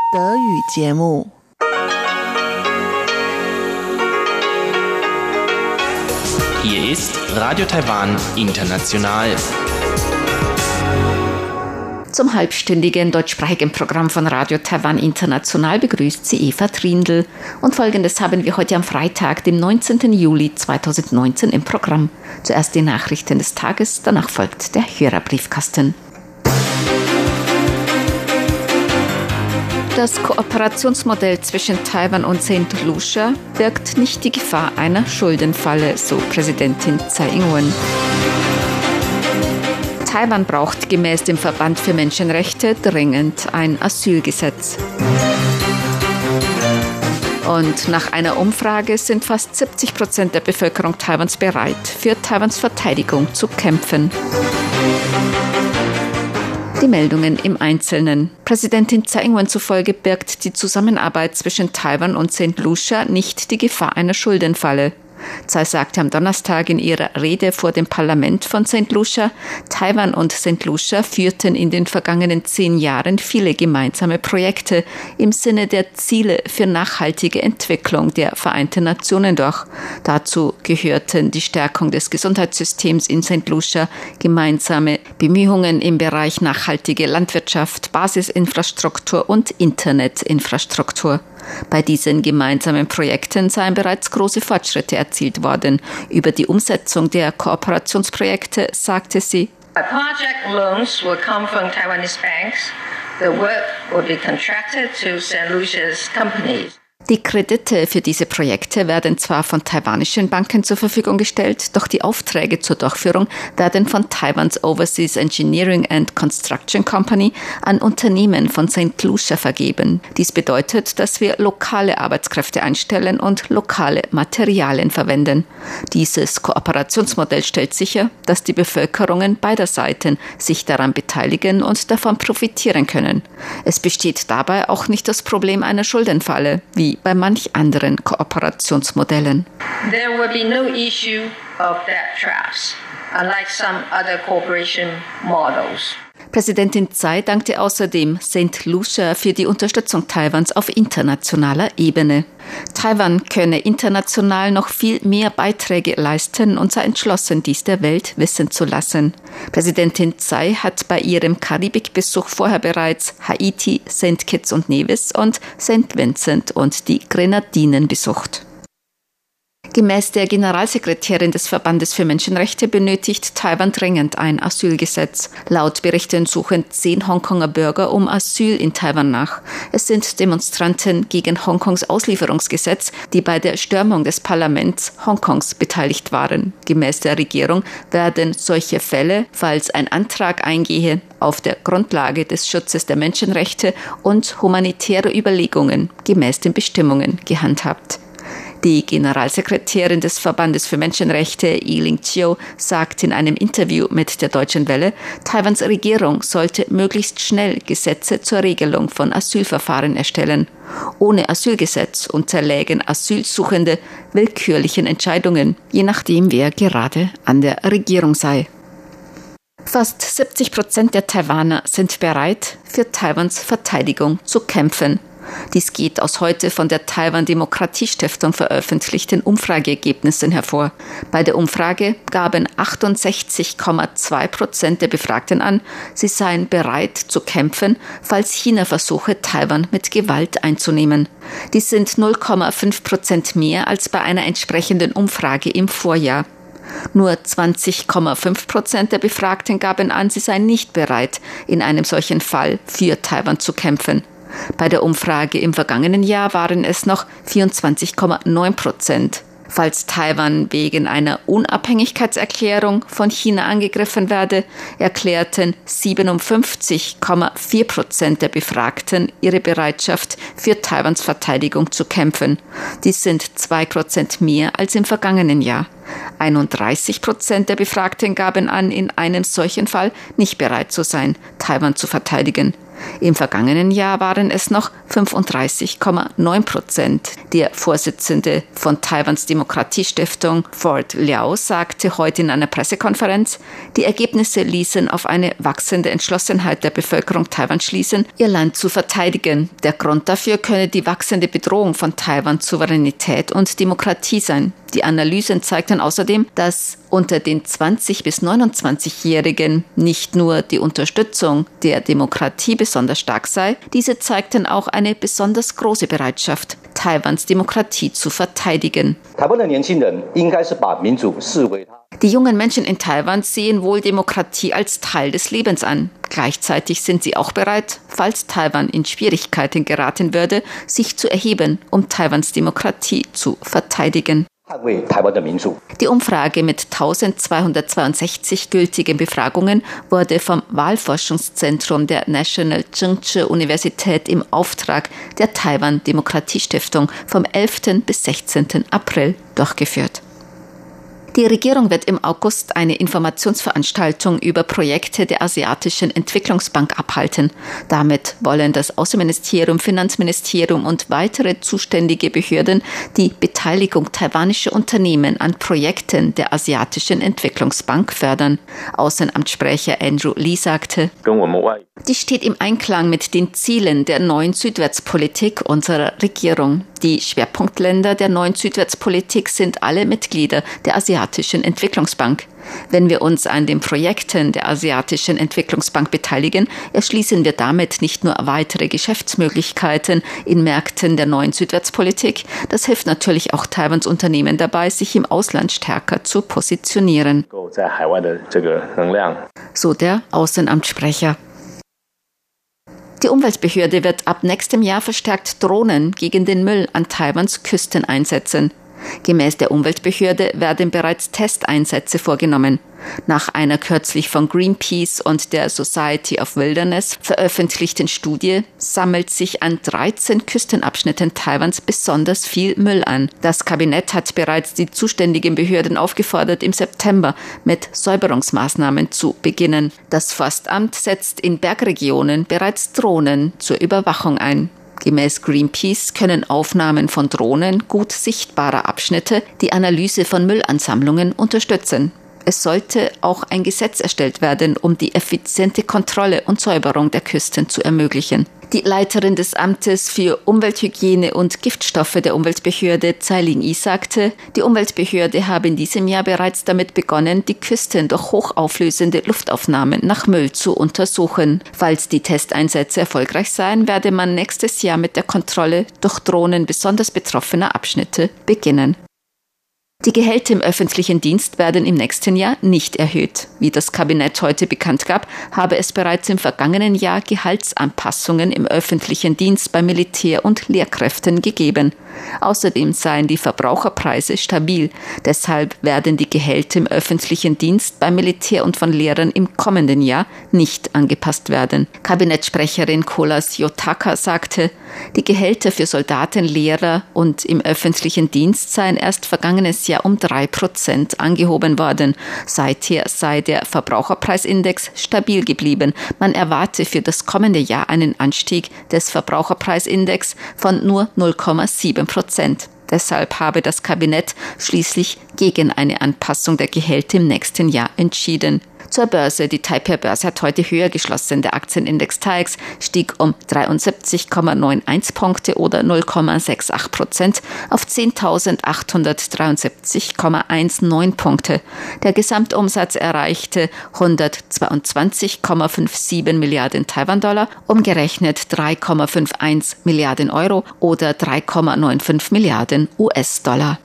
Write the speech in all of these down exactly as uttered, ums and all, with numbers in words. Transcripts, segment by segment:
Hier ist Radio Taiwan International. Zum halbstündigen deutschsprachigen Programm von Radio Taiwan International begrüßt sie Eva Trindl. Und Folgendes haben wir heute am Freitag, dem neunzehnten Juli zweitausendneunzehn im Programm. Zuerst die Nachrichten des Tages, danach folgt der Hörerbriefkasten. Das Kooperationsmodell zwischen Taiwan und Saint Lucia birgt nicht die Gefahr einer Schuldenfalle, so Präsidentin Tsai Ing-wen. Taiwan braucht gemäß dem Verband für Menschenrechte dringend ein Asylgesetz. Und nach einer Umfrage sind fast siebzig Prozent der Bevölkerung Taiwans bereit, für Taiwans Verteidigung zu kämpfen. Die Meldungen im Einzelnen. Präsidentin Tsai Ing-wen zufolge birgt die Zusammenarbeit zwischen Taiwan und Saint Lucia nicht die Gefahr einer Schuldenfalle. Tsai sagte am Donnerstag in ihrer Rede vor dem Parlament von Saint Lucia, Taiwan und Saint Lucia führten in den vergangenen zehn Jahren viele gemeinsame Projekte im Sinne der Ziele für nachhaltige Entwicklung der Vereinten Nationen durch. Dazu gehörten die Stärkung des Gesundheitssystems in Saint Lucia, gemeinsame Bemühungen im Bereich nachhaltige Landwirtschaft, Basisinfrastruktur und Internetinfrastruktur. Bei diesen gemeinsamen Projekten seien bereits große Fortschritte erzielt worden. Über die Umsetzung der Kooperationsprojekte sagte sie: Project loans will come from Taiwanese banks. The work will be contracted to Saint Lucia's companies. Die Kredite für diese Projekte werden zwar von taiwanischen Banken zur Verfügung gestellt, doch die Aufträge zur Durchführung werden von Taiwans Overseas Engineering and Construction Company an Unternehmen von Saint Lucia vergeben. Dies bedeutet, dass wir lokale Arbeitskräfte einstellen und lokale Materialien verwenden. Dieses Kooperationsmodell stellt sicher, dass die Bevölkerungen beider Seiten sich daran beteiligen und davon profitieren können. Es besteht dabei auch nicht das Problem einer Schuldenfalle, wie bei manch anderen Kooperationsmodellen. There will be no issue of debt traps, unlike some other cooperation models. Präsidentin Tsai dankte außerdem Saint Lucia für die Unterstützung Taiwans auf internationaler Ebene. Taiwan könne international noch viel mehr Beiträge leisten und sei entschlossen, dies der Welt wissen zu lassen. Präsidentin Tsai hat bei ihrem Karibikbesuch vorher bereits Haiti, Saint Kitts und Nevis und Saint Vincent und die Grenadinen besucht. Gemäß der Generalsekretärin des Verbandes für Menschenrechte benötigt Taiwan dringend ein Asylgesetz. Laut Berichten suchen zehn Hongkonger Bürger um Asyl in Taiwan nach. Es sind Demonstranten gegen Hongkongs Auslieferungsgesetz, die bei der Stürmung des Parlaments Hongkongs beteiligt waren. Gemäß der Regierung werden solche Fälle, falls ein Antrag eingehe, auf der Grundlage des Schutzes der Menschenrechte und humanitärer Überlegungen gemäß den Bestimmungen gehandhabt. Die Generalsekretärin des Verbandes für Menschenrechte, Yi-Ling Chiu, sagt in einem Interview mit der Deutschen Welle, Taiwans Regierung sollte möglichst schnell Gesetze zur Regelung von Asylverfahren erstellen. Ohne Asylgesetz unterlägen Asylsuchende willkürlichen Entscheidungen, je nachdem, wer gerade an der Regierung sei. Fast siebzig Prozent der Taiwaner sind bereit, für Taiwans Verteidigung zu kämpfen. Dies geht aus heute von der Taiwan-Demokratie-Stiftung veröffentlichten Umfrageergebnissen hervor. Bei der Umfrage gaben achtundsechzig Komma zwei Prozent der Befragten an, sie seien bereit zu kämpfen, falls China versuche, Taiwan mit Gewalt einzunehmen. Dies sind null Komma fünf Prozent mehr als bei einer entsprechenden Umfrage im Vorjahr. Nur zwanzig Komma fünf Prozent der Befragten gaben an, sie seien nicht bereit, in einem solchen Fall für Taiwan zu kämpfen. Bei der Umfrage im vergangenen Jahr waren es noch vierundzwanzig Komma neun Prozent. Falls Taiwan wegen einer Unabhängigkeitserklärung von China angegriffen werde, erklärten siebenundfünfzig Komma vier Prozent der Befragten ihre Bereitschaft, für Taiwans Verteidigung zu kämpfen. Dies sind zwei Prozent mehr als im vergangenen Jahr. einunddreißig Prozent der Befragten gaben an, in einem solchen Fall nicht bereit zu sein, Taiwan zu verteidigen. Im vergangenen Jahr waren es noch fünfunddreißig Komma neun Prozent. Der Vorsitzende von Taiwans Demokratiestiftung, Ford Liao, sagte heute in einer Pressekonferenz, die Ergebnisse ließen auf eine wachsende Entschlossenheit der Bevölkerung Taiwans schließen, ihr Land zu verteidigen. Der Grund dafür könne die wachsende Bedrohung von Taiwans Souveränität und Demokratie sein. Die Analysen zeigten außerdem, dass unter den zwanzig- bis neunundzwanzigjährigen nicht nur die Unterstützung der Demokratie besonders stark sei, diese zeigten auch eine besonders große Bereitschaft, Taiwans Demokratie zu verteidigen. Die jungen Menschen in Taiwan sehen wohl Demokratie als Teil des Lebens an. Gleichzeitig sind sie auch bereit, falls Taiwan in Schwierigkeiten geraten würde, sich zu erheben, um Taiwans Demokratie zu verteidigen. Die Umfrage mit eintausendzweihundertzweiundsechzig gültigen Befragungen wurde vom Wahlforschungszentrum der National Chengchi Universität im Auftrag der Taiwan Demokratiestiftung vom elften bis sechzehnten April durchgeführt. Die Regierung wird im August eine Informationsveranstaltung über Projekte der Asiatischen Entwicklungsbank abhalten. Damit wollen das Außenministerium, Finanzministerium und weitere zuständige Behörden die Beteiligung taiwanischer Unternehmen an Projekten der Asiatischen Entwicklungsbank fördern. Außenamtssprecher Andrew Lee sagte, dies steht im Einklang mit den Zielen der neuen Südwärtspolitik unserer Regierung. Die Schwerpunktländer der neuen Südwärtspolitik sind alle Mitglieder der Asiatischen Entwicklungsbank. Wenn wir uns an den Projekten der Asiatischen Entwicklungsbank beteiligen, erschließen wir damit nicht nur weitere Geschäftsmöglichkeiten in Märkten der neuen Südwärtspolitik, das hilft natürlich auch Taiwans Unternehmen dabei, sich im Ausland stärker zu positionieren. So der Außenamtssprecher. Die Umweltbehörde wird ab nächstem Jahr verstärkt Drohnen gegen den Müll an Taiwans Küsten einsetzen. Gemäß der Umweltbehörde werden bereits Testeinsätze vorgenommen. Nach einer kürzlich von Greenpeace und der Society of Wilderness veröffentlichten Studie sammelt sich an dreizehn Küstenabschnitten Taiwans besonders viel Müll an. Das Kabinett hat bereits die zuständigen Behörden aufgefordert, im September mit Säuberungsmaßnahmen zu beginnen. Das Forstamt setzt in Bergregionen bereits Drohnen zur Überwachung ein. Gemäß Greenpeace können Aufnahmen von Drohnen gut sichtbarer Abschnitte die Analyse von Müllansammlungen unterstützen. Es sollte auch ein Gesetz erstellt werden, um die effiziente Kontrolle und Säuberung der Küsten zu ermöglichen. Die Leiterin des Amtes für Umwelthygiene und Giftstoffe der Umweltbehörde, Tsai Ling-i, sagte, die Umweltbehörde habe in diesem Jahr bereits damit begonnen, die Küsten durch hochauflösende Luftaufnahmen nach Müll zu untersuchen. Falls die Testeinsätze erfolgreich seien, werde man nächstes Jahr mit der Kontrolle durch Drohnen besonders betroffener Abschnitte beginnen. Die Gehälter im öffentlichen Dienst werden im nächsten Jahr nicht erhöht. Wie das Kabinett heute bekannt gab, habe es bereits im vergangenen Jahr Gehaltsanpassungen im öffentlichen Dienst bei Militär- und Lehrkräften gegeben. Außerdem seien die Verbraucherpreise stabil. Deshalb werden die Gehälter im öffentlichen Dienst beim Militär und von Lehrern im kommenden Jahr nicht angepasst werden. Kabinettssprecherin Kolas Yotaka sagte, die Gehälter für Soldaten, Lehrer und im öffentlichen Dienst seien erst vergangenes Jahr um drei Prozent angehoben worden. Seither sei der Verbraucherpreisindex stabil geblieben. Man erwarte für das kommende Jahr einen Anstieg des Verbraucherpreisindex von nur null Komma sieben Prozent. Deshalb habe das Kabinett schließlich gegen eine Anpassung der Gehälter im nächsten Jahr entschieden. Zur Börse. Die Taipei-Börse hat heute höher geschlossen. Der Aktienindex T A I X stieg um dreiundsiebzig Komma einundneunzig Punkte oder null Komma acht Prozent auf zehntausendachthundertdreiundsiebzig Komma neunzehn Punkte. Der Gesamtumsatz erreichte hundertzweiundzwanzig Komma siebenundfünfzig Milliarden Taiwan-Dollar, umgerechnet drei Komma einundfünfzig Milliarden Euro oder drei Komma fünfundneunzig Milliarden U S-Dollar.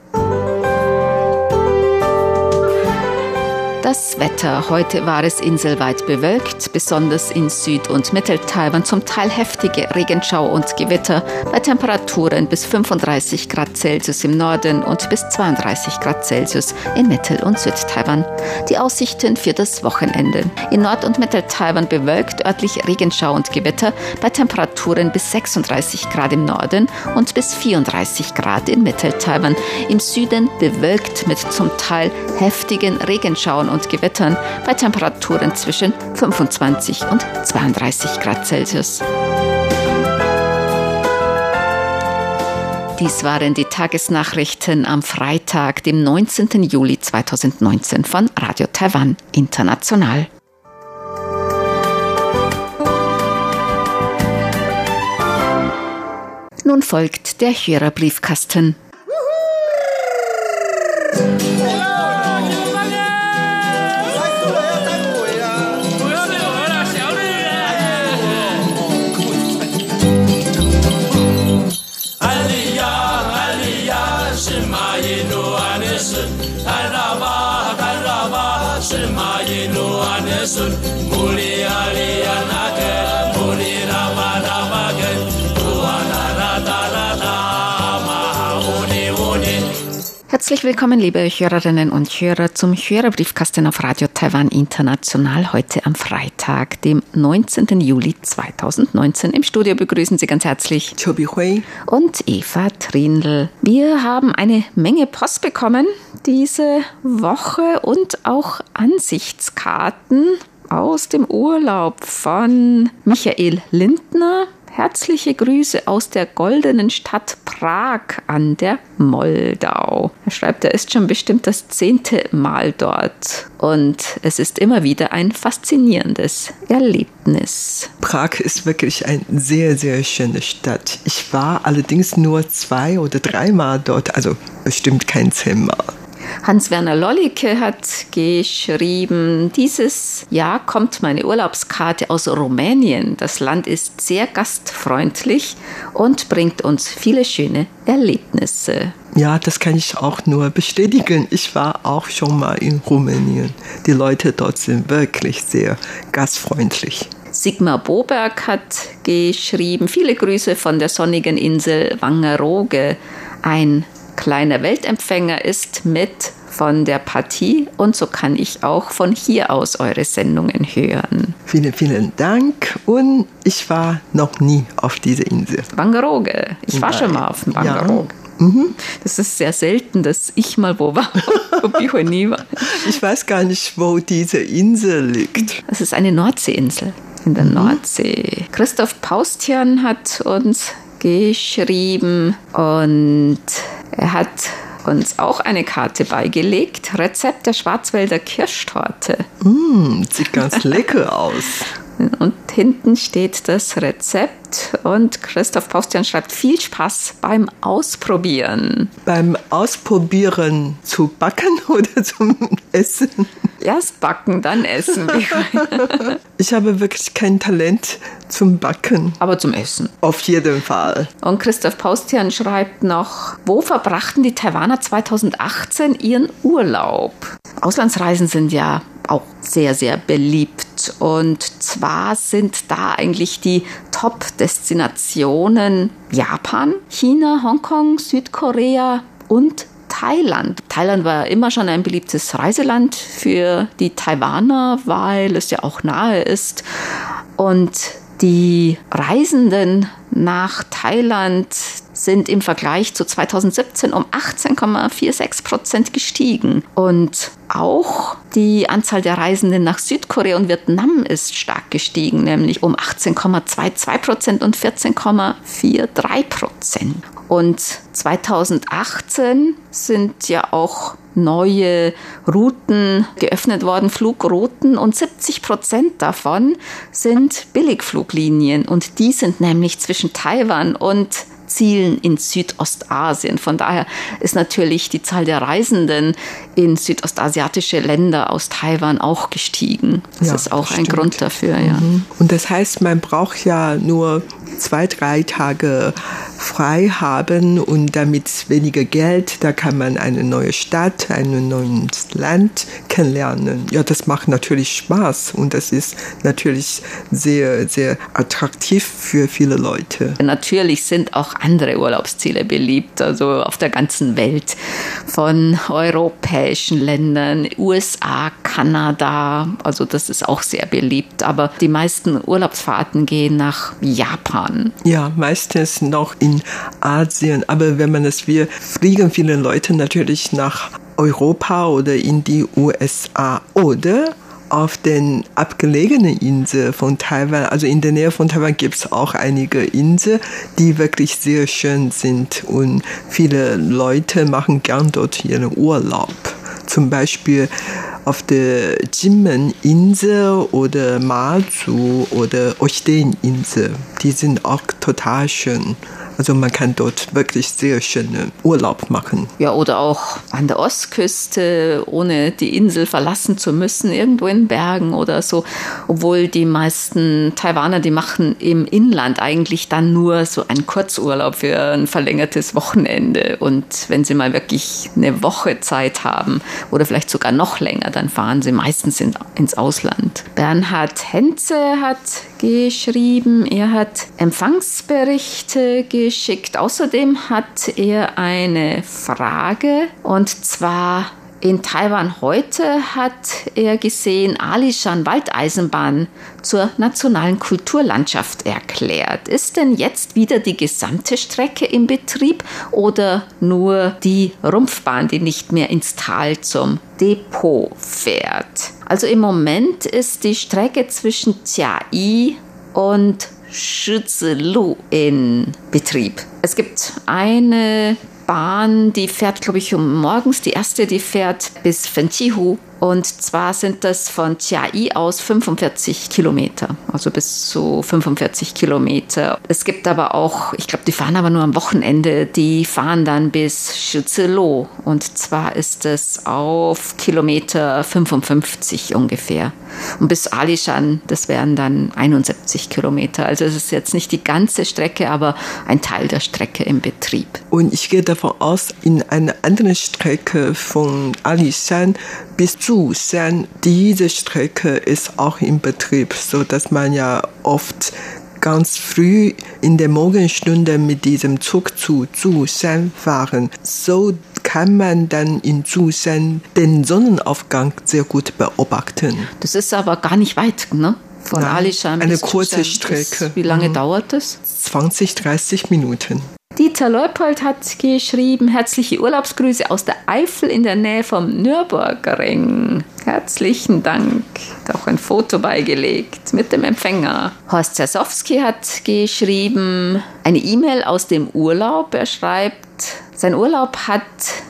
Das Wetter. Heute war es inselweit bewölkt, besonders in Süd- und Mittel-Taiwan zum Teil heftige Regenschau und Gewitter bei Temperaturen bis fünfunddreißig Grad Celsius im Norden und bis zweiunddreißig Grad Celsius in Mittel- und Südtaiwan. Die Aussichten für das Wochenende. In Nord- und Mittel-Taiwan bewölkt, örtlich Regenschau und Gewitter bei Temperaturen bis sechsunddreißig Grad im Norden und bis vierunddreißig Grad in Mittel-Taiwan. Im Süden bewölkt mit zum Teil heftigen Regenschauen und Gewittern bei Temperaturen zwischen fünfundzwanzig und zweiunddreißig Grad Celsius. Dies waren die Tagesnachrichten am Freitag, dem neunzehnten Juli zweitausendneunzehn von Radio Taiwan International. Nun folgt der Hörerbriefkasten. Herzlich willkommen, liebe Hörerinnen und Hörer, zum Hörerbriefkasten auf Radio Taiwan International heute am Freitag, dem neunzehnten Juli zweitausendneunzehn. Im Studio begrüßen Sie ganz herzlich Chobi Hui und Eva Trindl. Wir haben eine Menge Post bekommen diese Woche und auch Ansichtskarten aus dem Urlaub von Michael Lindner. Herzliche Grüße aus der goldenen Stadt Prag an der Moldau. Er schreibt, er ist schon bestimmt das zehnte Mal dort. Und es ist immer wieder ein faszinierendes Erlebnis. Prag ist wirklich eine sehr, sehr schöne Stadt. Ich war allerdings nur zwei oder dreimal dort, also bestimmt kein zehnmal. Hans-Werner Lollicke hat geschrieben, dieses Jahr kommt meine Urlaubskarte aus Rumänien. Das Land ist sehr gastfreundlich und bringt uns viele schöne Erlebnisse. Ja, das kann ich auch nur bestätigen. Ich war auch schon mal in Rumänien. Die Leute dort sind wirklich sehr gastfreundlich. Sigmar Boberg hat geschrieben, viele Grüße von der sonnigen Insel Wangerooge. Ein kleiner Weltempfänger ist mit von der Partie und so kann ich auch von hier aus eure Sendungen hören. Vielen, vielen Dank und ich war noch nie auf dieser Insel. Wangerooge. Ich war Nein. schon mal auf dem Wangerooge. Ja. Mhm. Das ist sehr selten, dass ich mal wo war, wo ich nie war. Ich weiß gar nicht, wo diese Insel liegt. Das ist eine Nordseeinsel in der mhm. Nordsee. Christoph Paustian hat uns geschrieben und er hat uns auch eine Karte beigelegt. Rezept der Schwarzwälder Kirschtorte. Mm, sieht ganz lecker aus. Und hinten steht das Rezept und Christoph Paustian schreibt, viel Spaß beim Ausprobieren. Beim Ausprobieren zu backen oder zum Essen? Erst backen, dann essen. Ich habe wirklich kein Talent zum Backen. Aber zum Essen. Auf jeden Fall. Und Christoph Paustian schreibt noch, wo verbrachten die Taiwaner zweitausendachtzehn ihren Urlaub? Auslandsreisen sind ja auch sehr, sehr beliebt. Und zwar sind da eigentlich die Top-Destinationen Japan, China, Hongkong, Südkorea und Thailand. Thailand war immer schon ein beliebtes Reiseland für die Taiwaner, weil es ja auch nahe ist. Und die Reisenden nach Thailand sind im Vergleich zu zweitausendsiebzehn um achtzehn Komma sechsundvierzig Prozent gestiegen. Und auch die Anzahl der Reisenden nach Südkorea und Vietnam ist stark gestiegen, nämlich um achtzehn Komma zweiundzwanzig Prozent und vierzehn Komma dreiundvierzig Prozent. Und zweitausendachtzehn sind ja auch neue Routen geöffnet worden, Flugrouten, und siebzig Prozent davon sind Billigfluglinien und die sind nämlich zwischen Taiwan und Zielen in Südostasien. Von daher ist natürlich die Zahl der Reisenden in südostasiatische Länder aus Taiwan auch gestiegen. Das ja, ist auch das ein stimmt. Grund dafür. Ja. Mhm. Und das heißt, man braucht ja nur zwei, drei Tage frei haben und damit weniger Geld, da kann man eine neue Stadt, ein neues Land kennenlernen. Ja, das macht natürlich Spaß und das ist natürlich sehr, sehr attraktiv für viele Leute. Natürlich sind auch andere Urlaubsziele beliebt, also auf der ganzen Welt, von europäischen Ländern, U S A, Kanada, also das ist auch sehr beliebt, aber die meisten Urlaubsfahrten gehen nach Japan. Ja, meistens noch in Asien, aber wenn man es will, fliegen viele Leute natürlich nach Europa oder in die U S A oder auf den abgelegenen Inseln von Taiwan, also in der Nähe von Taiwan gibt es auch einige Inseln, die wirklich sehr schön sind und viele Leute machen gern dort ihren Urlaub. Zum Beispiel auf der Jinmen-Insel oder Mazu oder Orchideen-Insel. Die sind auch total schön. Also man kann dort wirklich sehr schönen Urlaub machen. Ja, oder auch an der Ostküste, ohne die Insel verlassen zu müssen, irgendwo in Bergen oder so. Obwohl die meisten Taiwaner, die machen im Inland eigentlich dann nur so einen Kurzurlaub für ein verlängertes Wochenende. Und wenn sie mal wirklich eine Woche Zeit haben oder vielleicht sogar noch länger, dann fahren sie meistens in, ins Ausland. Bernhard Henze hat geschrieben, er hat Empfangsberichte geschickt. Außerdem hat er eine Frage, und zwar: In Taiwan heute hat er gesehen, Alishan Waldeisenbahn zur nationalen Kulturlandschaft erklärt. Ist denn jetzt wieder die gesamte Strecke in Betrieb oder nur die Rumpfbahn, die nicht mehr ins Tal zum Depot fährt? Also im Moment ist die Strecke zwischen Jiayi und Shizilu in Betrieb. Es gibt eine Bahn, die fährt, glaube ich, um morgens. Die erste, die fährt bis Fenchihu. Und zwar sind das von Jiayi aus fünfundvierzig Kilometer, also bis zu fünfundvierzig Kilometer. Es gibt aber auch, ich glaube, die fahren aber nur am Wochenende, die fahren dann bis Shizilu. Und zwar ist es auf Kilometer fünfundfünfzig ungefähr. Und bis Alishan, das wären dann einundsiebzig Kilometer. Also es ist jetzt nicht die ganze Strecke, aber ein Teil der Strecke im Betrieb. Und ich gehe davon aus, in einer anderen Strecke von Alishan bis Zhushan, diese Strecke ist auch in Betrieb, so dass man ja oft ganz früh in der Morgenstunde mit diesem Zug zu Zhushan fahren. So kann man dann in Zhushan den Sonnenaufgang sehr gut beobachten. Das ist aber gar nicht weit, ne? Von Nein, Alishan eine bis kurze Zhushan. Strecke. Das, wie lange mhm. dauert das? zwanzig, dreißig Minuten. Dieter Leupold hat geschrieben, herzliche Urlaubsgrüße aus der Eifel in der Nähe vom Nürburgring. Herzlichen Dank. Hat auch ein Foto beigelegt mit dem Empfänger. Horst Zersowski hat geschrieben, eine E-Mail aus dem Urlaub. Er schreibt, sein Urlaub hat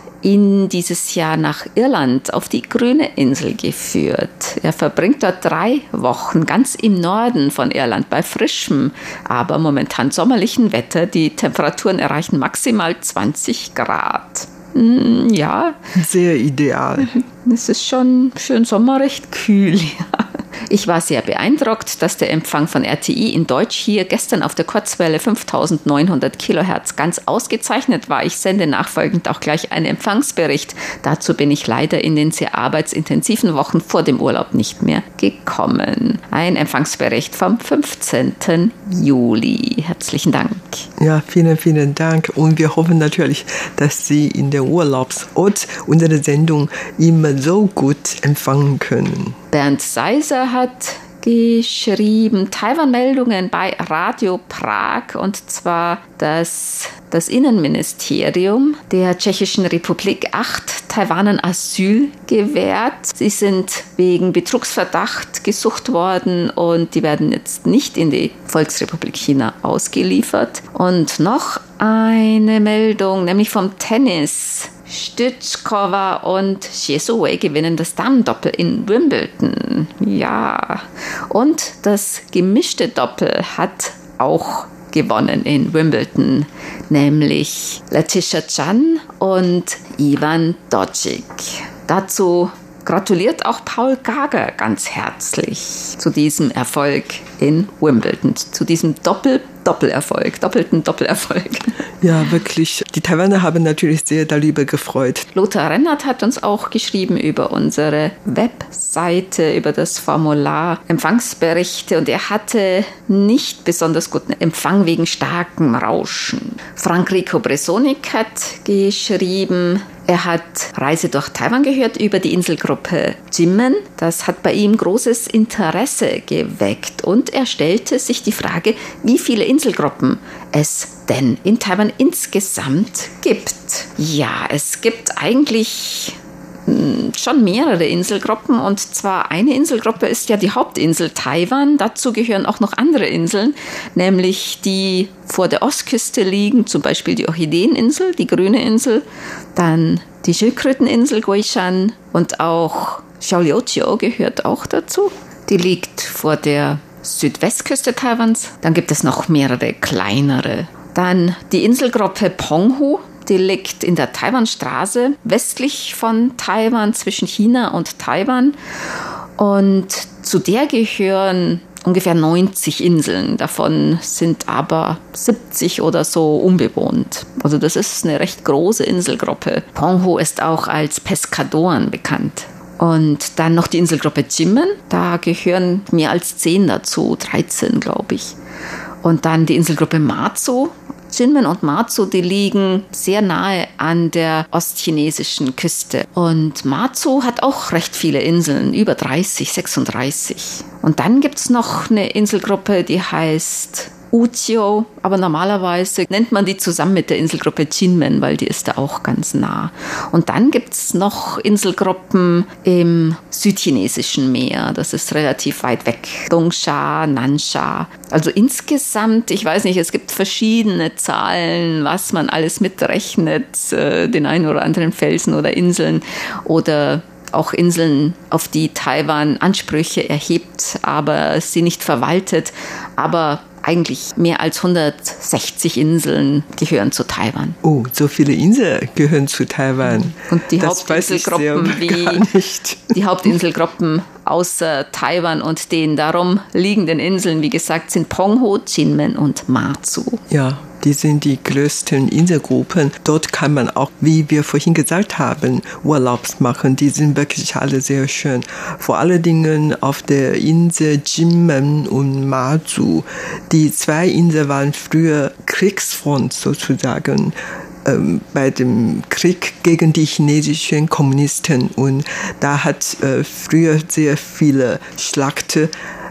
ihn dieses Jahr nach Irland auf die grüne Insel geführt. Er verbringt dort drei Wochen ganz im Norden von Irland bei frischem, aber momentan sommerlichen Wetter. Die Temperaturen erreichen maximal zwanzig Grad. Ja. Sehr ideal. Es ist schon für den Sommer recht kühl, ja. Ich war sehr beeindruckt, dass der Empfang von R T I in Deutsch hier gestern auf der Kurzwelle fünftausendneunhundert Kilohertz ganz ausgezeichnet war. Ich sende nachfolgend auch gleich einen Empfangsbericht. Dazu bin ich leider in den sehr arbeitsintensiven Wochen vor dem Urlaub nicht mehr gekommen. Ein Empfangsbericht vom fünfzehnten Juli. Herzlichen Dank. Ja, vielen, vielen Dank. Und wir hoffen natürlich, dass Sie in den Urlaubsort unsere Sendung immer so gut empfangen können. Bernd Seiser hat geschrieben, Taiwan-Meldungen bei Radio Prag, und zwar, dass das Innenministerium der Tschechischen Republik acht Taiwanern Asyl gewährt. Sie sind wegen Betrugsverdacht gesucht worden und die werden jetzt nicht in die Volksrepublik China ausgeliefert. Und noch eine Meldung, nämlich vom Tennis. Stützkova und Xie Suwei gewinnen das Damendoppel in Wimbledon. Ja, und das gemischte Doppel hat auch gewonnen in Wimbledon, nämlich Letitia Chan und Ivan Dodig. Dazu gratuliert auch Paul Gager ganz herzlich zu diesem Erfolg in Wimbledon, zu diesem Doppel Doppelerfolg, doppelten Doppelerfolg. Ja, wirklich. Die Taiwaner haben natürlich sehr darüber gefreut. Lothar Rennert hat uns auch geschrieben über unsere Webseite, über das Formular Empfangsberichte, und er hatte nicht besonders guten Empfang wegen starkem Rauschen. Frank Rico Bresonik hat geschrieben, er hat Reise durch Taiwan gehört über die Inselgruppe Jinmen. Das hat bei ihm großes Interesse geweckt und er stellte sich die Frage, wie viele Inselgruppen es denn in Taiwan insgesamt gibt. Ja, es gibt eigentlich schon mehrere Inselgruppen, und zwar eine Inselgruppe ist ja die Hauptinsel Taiwan. Dazu gehören auch noch andere Inseln, nämlich die vor der Ostküste liegen, zum Beispiel die Orchideeninsel, die grüne Insel, dann die Schildkröteninsel Guishan und auch Xiaoliuqiu gehört auch dazu. Die liegt vor der Südwestküste Taiwans. Dann gibt es noch mehrere kleinere. Dann die Inselgruppe Penghu. Die liegt in der Taiwanstraße westlich von Taiwan zwischen China und Taiwan. Und zu der gehören ungefähr neunzig Inseln. Davon sind aber siebzig oder so unbewohnt. Also das ist eine recht große Inselgruppe. Penghu ist auch als Peskadoren bekannt. Und dann noch die Inselgruppe Jinmen. Da gehören mehr als zehn dazu, dreizehn glaube ich. Und dann die Inselgruppe Matsu. Jinmen und Matsu, die liegen sehr nahe an der ostchinesischen Küste. Und Matsu hat auch recht viele Inseln, über dreißig, sechsunddreißig. Und dann gibt es noch eine Inselgruppe, die heißt Uqiu, aber normalerweise nennt man die zusammen mit der Inselgruppe Jinmen, weil die ist da auch ganz nah. Und dann gibt es noch Inselgruppen im südchinesischen Meer, das ist relativ weit weg, Dongsha, Nansha. Also insgesamt, ich weiß nicht, es gibt verschiedene Zahlen, was man alles mitrechnet, den einen oder anderen Felsen oder Inseln oder auch Inseln, auf die Taiwan Ansprüche erhebt, aber sie nicht verwaltet, aber eigentlich mehr als hundertsechzig Inseln gehören zu Taiwan. Oh, so viele Inseln gehören zu Taiwan. Und die das Hauptinselgruppen wie die Hauptinselgruppen außer Taiwan und den darum liegenden Inseln, wie gesagt, sind Penghu, Jinmen und Matsu. Ja, die sind die größten Inselgruppen. Dort kann man auch, wie wir vorhin gesagt haben, Urlaubs machen. Die sind wirklich alle sehr schön. Vor allen Dingen auf der Insel Jinmen und Matsu. Die zwei Inseln waren früher Kriegsfront sozusagen ähm, bei dem Krieg gegen die chinesischen Kommunisten. Und da hat äh, früher sehr viele Schlachten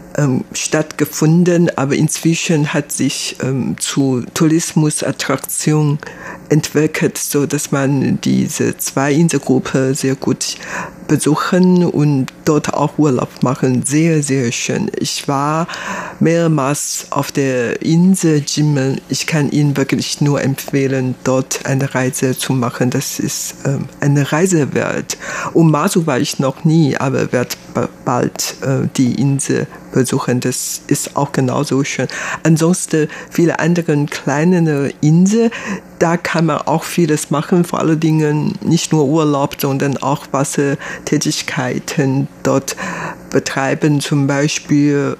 stattgefunden, aber inzwischen hat sich ähm, zu Tourismusattraktion entwickelt, so dass man diese zwei Inselgruppen sehr gut besuchen und dort auch Urlaub machen. Sehr, sehr schön. Ich war mehrmals auf der Insel Jinmen. Ich kann Ihnen wirklich nur empfehlen, dort eine Reise zu machen. Das ist ähm, eine Reise wert. Und Matsu war ich noch nie, aber werde bald äh, die Insel besuchen. Das ist auch genauso schön. Ansonsten viele andere kleinere Inseln, da kann man auch vieles machen, vor allen Dingen nicht nur Urlaub, sondern auch Wassertätigkeiten dort betreiben, zum Beispiel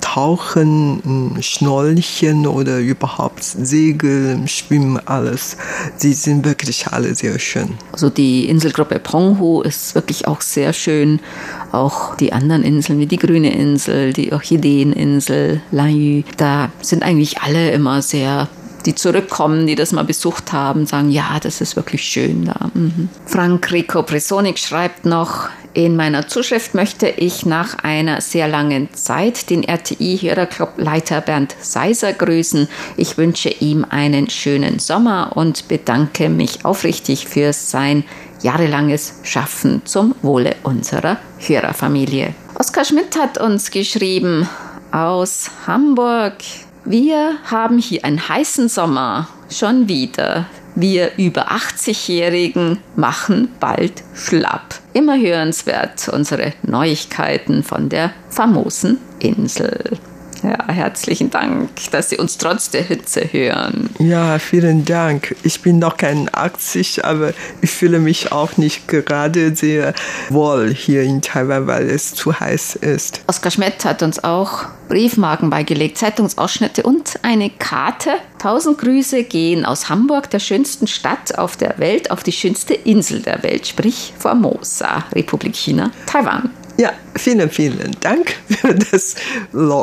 Tauchen, Schnorcheln oder überhaupt Segeln, Schwimmen, alles. Sie sind wirklich alle sehr schön. Also die Inselgruppe Penghu ist wirklich auch sehr schön. Auch die anderen Inseln wie die Grüne Insel, die Orchideeninsel, Lanyu, da sind eigentlich alle immer sehr, die zurückkommen, die das mal besucht haben, sagen, ja, das ist wirklich schön da. Mhm. Frank Rico Bresonik schreibt noch, in meiner Zuschrift möchte ich nach einer sehr langen Zeit den R T I-Hörerclub-Leiter Bernd Seiser grüßen. Ich wünsche ihm einen schönen Sommer und bedanke mich aufrichtig für sein jahrelanges Schaffen zum Wohle unserer Hörerfamilie. Oskar Schmidt hat uns geschrieben aus Hamburg. Wir haben hier einen heißen Sommer, schon wieder. Wir über achtzigjährigen machen bald schlapp. Immer hörenswert unsere Neuigkeiten von der famosen Insel. Ja, herzlichen Dank, dass Sie uns trotz der Hitze hören. Ja, vielen Dank. Ich bin noch kein achtzig, aber ich fühle mich auch nicht gerade sehr wohl hier in Taiwan, weil es zu heiß ist. Oskar Schmidt hat uns auch Briefmarken beigelegt, Zeitungsausschnitte und eine Karte. Tausend Grüße gehen aus Hamburg, der schönsten Stadt auf der Welt, auf die schönste Insel der Welt, sprich Formosa, Republik China, Taiwan. Ja, vielen, vielen Dank für das Lob.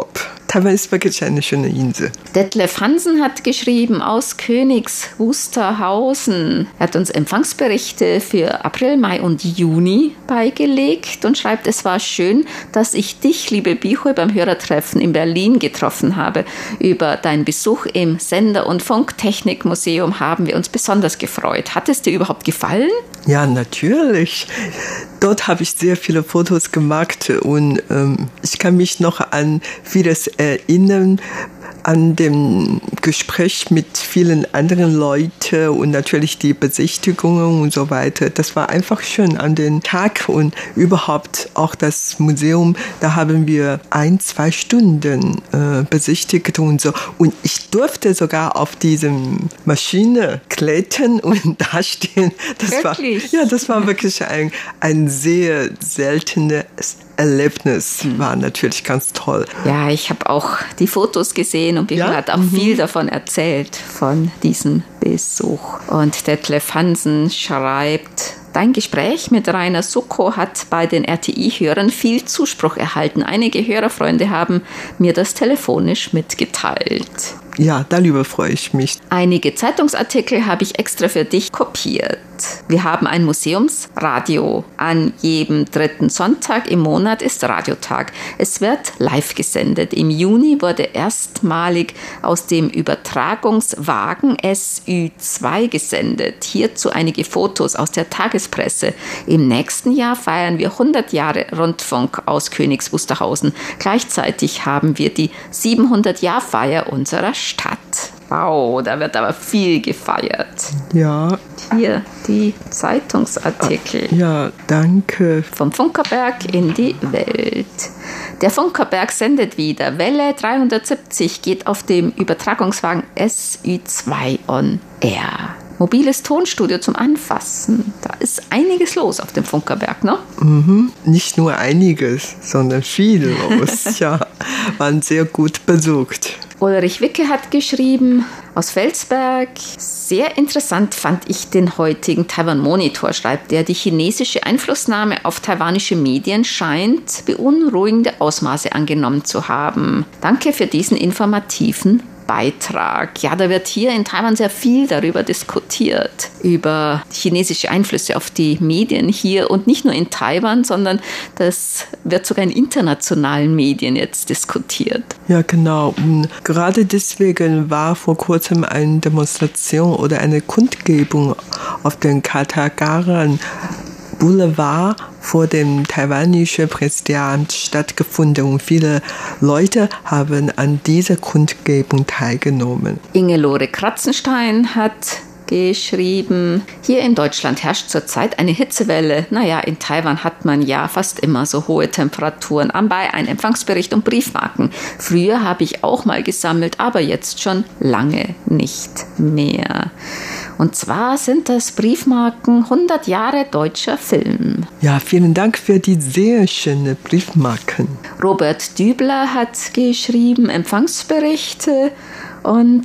Taiwan ist wirklich eine schöne Insel. Detlef Hansen hat geschrieben aus Königs Wusterhausen. Er hat uns Empfangsberichte für April, Mai und Juni beigelegt und schreibt, es war schön, dass ich dich, liebe Bichoy, beim Hörertreffen in Berlin getroffen habe. Über deinen Besuch im Sender- und Funktechnikmuseum haben wir uns besonders gefreut. Hat es dir überhaupt gefallen? Ja, natürlich. Dort habe ich sehr viele Fotos gemacht und ähm, ich kann mich noch an vieles erinnern, an dem Gespräch mit vielen anderen Leuten und natürlich die Besichtigungen und so weiter. Das war einfach schön an den Tag und überhaupt auch das Museum. Da haben wir ein, zwei Stunden äh, besichtigt und so. Und ich durfte sogar auf diesem Maschine klettern und da stehen. Das wirklich? War, ja, das war wirklich ein, ein sehr seltenes Erlebnis. War natürlich ganz toll. Ja, ich habe auch die Fotos gesehen und Bichoy ja? hat auch mhm. viel davon erzählt, von diesem Besuch. Und Detlef Hansen schreibt, dein Gespräch mit Rainer Suckow hat bei den R T I-Hörern viel Zuspruch erhalten. Einige Hörerfreunde haben mir das telefonisch mitgeteilt. Ja, darüber freue ich mich. Einige Zeitungsartikel habe ich extra für dich kopiert. Wir haben ein Museumsradio. An jedem dritten Sonntag im Monat ist Radiotag. Es wird live gesendet. Im Juni wurde erstmalig aus dem Übertragungswagen S Ü zwei gesendet. Hierzu einige Fotos aus der Tagespresse. Im nächsten Jahr feiern wir hundert Jahre Rundfunk aus Königs Wusterhausen. Gleichzeitig haben wir die siebenhundert-Jahr-Feier unserer Stadt. Wow, da wird aber viel gefeiert. Ja. Hier die Zeitungsartikel. Ja, danke. Vom Funkerberg in die Welt. Der Funkerberg sendet wieder. Welle dreihundertsiebzig geht auf dem Übertragungswagen S Ü zwei on Air. Mobiles Tonstudio zum Anfassen. Da ist einiges los auf dem Funkerberg, ne? Mhm. Nicht nur einiges, sondern viel los. Ja, waren sehr gut besucht. Ulrich Wicke hat geschrieben aus Felsberg. Sehr interessant fand ich den heutigen Taiwan Monitor, schreibt er. Die chinesische Einflussnahme auf taiwanische Medien scheint beunruhigende Ausmaße angenommen zu haben. Danke für diesen informativen Beitrag. Ja, da wird hier in Taiwan sehr viel darüber diskutiert, über chinesische Einflüsse auf die Medien hier und nicht nur in Taiwan, sondern das wird sogar in internationalen Medien jetzt diskutiert. Ja, genau. Und gerade deswegen war vor kurzem eine Demonstration oder eine Kundgebung auf den Katagaran Boulevard vor dem taiwanischen Präsidialamt stattgefunden und viele Leute haben an dieser Kundgebung teilgenommen. Ingelore Kratzenstein hat geschrieben, hier in Deutschland herrscht zurzeit eine Hitzewelle. Naja, in Taiwan hat man ja fast immer so hohe Temperaturen. Anbei ein Empfangsbericht und Briefmarken. Früher habe ich auch mal gesammelt, aber jetzt schon lange nicht mehr. Und zwar sind das Briefmarken hundert Jahre deutscher Film. Ja, vielen Dank für die sehr schönen Briefmarken. Robert Dübler hat geschrieben Empfangsberichte und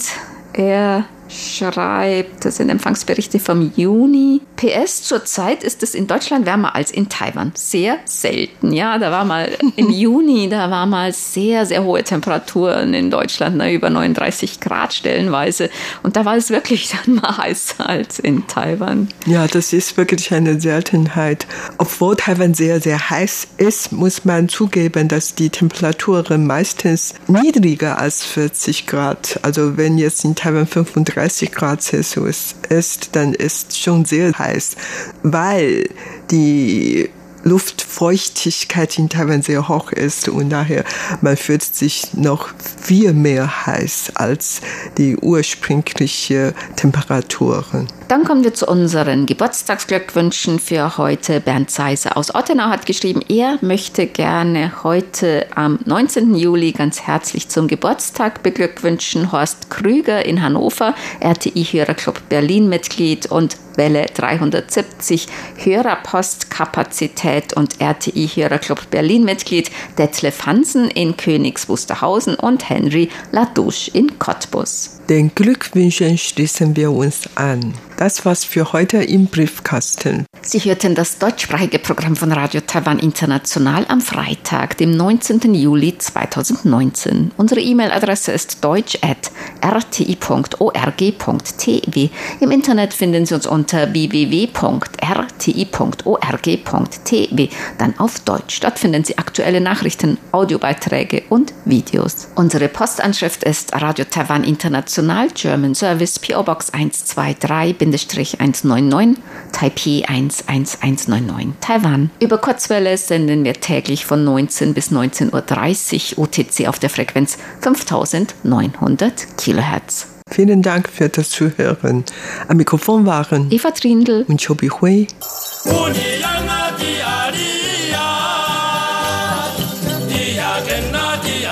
er schreibt, das sind Empfangsberichte vom Juni. P S, zurzeit ist es in Deutschland wärmer als in Taiwan. Sehr selten. Ja, da war mal im Juni, da war mal sehr, sehr hohe Temperaturen in Deutschland, ne, über neununddreißig Grad stellenweise. Und da war es wirklich dann mal heißer als in Taiwan. Ja, das ist wirklich eine Seltenheit. Obwohl Taiwan sehr, sehr heiß ist, muss man zugeben, dass die Temperaturen meistens niedriger als vierzig Grad. Also wenn jetzt in Taiwan fünfunddreißig Grad Celsius ist, dann ist schon sehr heiß, weil die Luftfeuchtigkeit in Taiwan sehr hoch ist und daher man fühlt sich noch viel mehr heiß als die ursprüngliche Temperaturen. Dann kommen wir zu unseren Geburtstagsglückwünschen für heute. Bernd Seiser aus Ottenau hat geschrieben, er möchte gerne heute am neunzehnten Juli ganz herzlich zum Geburtstag beglückwünschen Horst Krüger in Hannover, R T I-Hörerclub Berlin-Mitglied und Welle dreihundertsiebzig, Hörerpostkapazität und R T I-Hörerclub Berlin-Mitglied Detlef Hansen in Königs Wusterhausen und Henry Ladouche in Cottbus. Den Glückwünschen schließen wir uns an. Das war's für heute im Briefkasten. Sie hörten das deutschsprachige Programm von Radio Taiwan International am Freitag, dem neunzehnten Juli zweitausendneunzehn. Unsere E-Mail-Adresse ist deutsch at r t i punkt org punkt t w. Im Internet finden Sie uns unter w w w punkt r t i punkt org punkt t w. Dann auf Deutsch. Dort finden Sie aktuelle Nachrichten, Audiobeiträge und Videos. Unsere Postanschrift ist Radio Taiwan International, German Service, P O Box eins zwei drei eins neun neun, Taipei eins eins eins neun neun, Taiwan. Über Kurzwelle senden wir täglich von neunzehn bis neunzehn Uhr dreißig U T C auf der Frequenz fünftausendneunhundert Kilohertz. Vielen Dank für das Zuhören. Am Mikrofon waren Eva Trindl und Chobi Hui.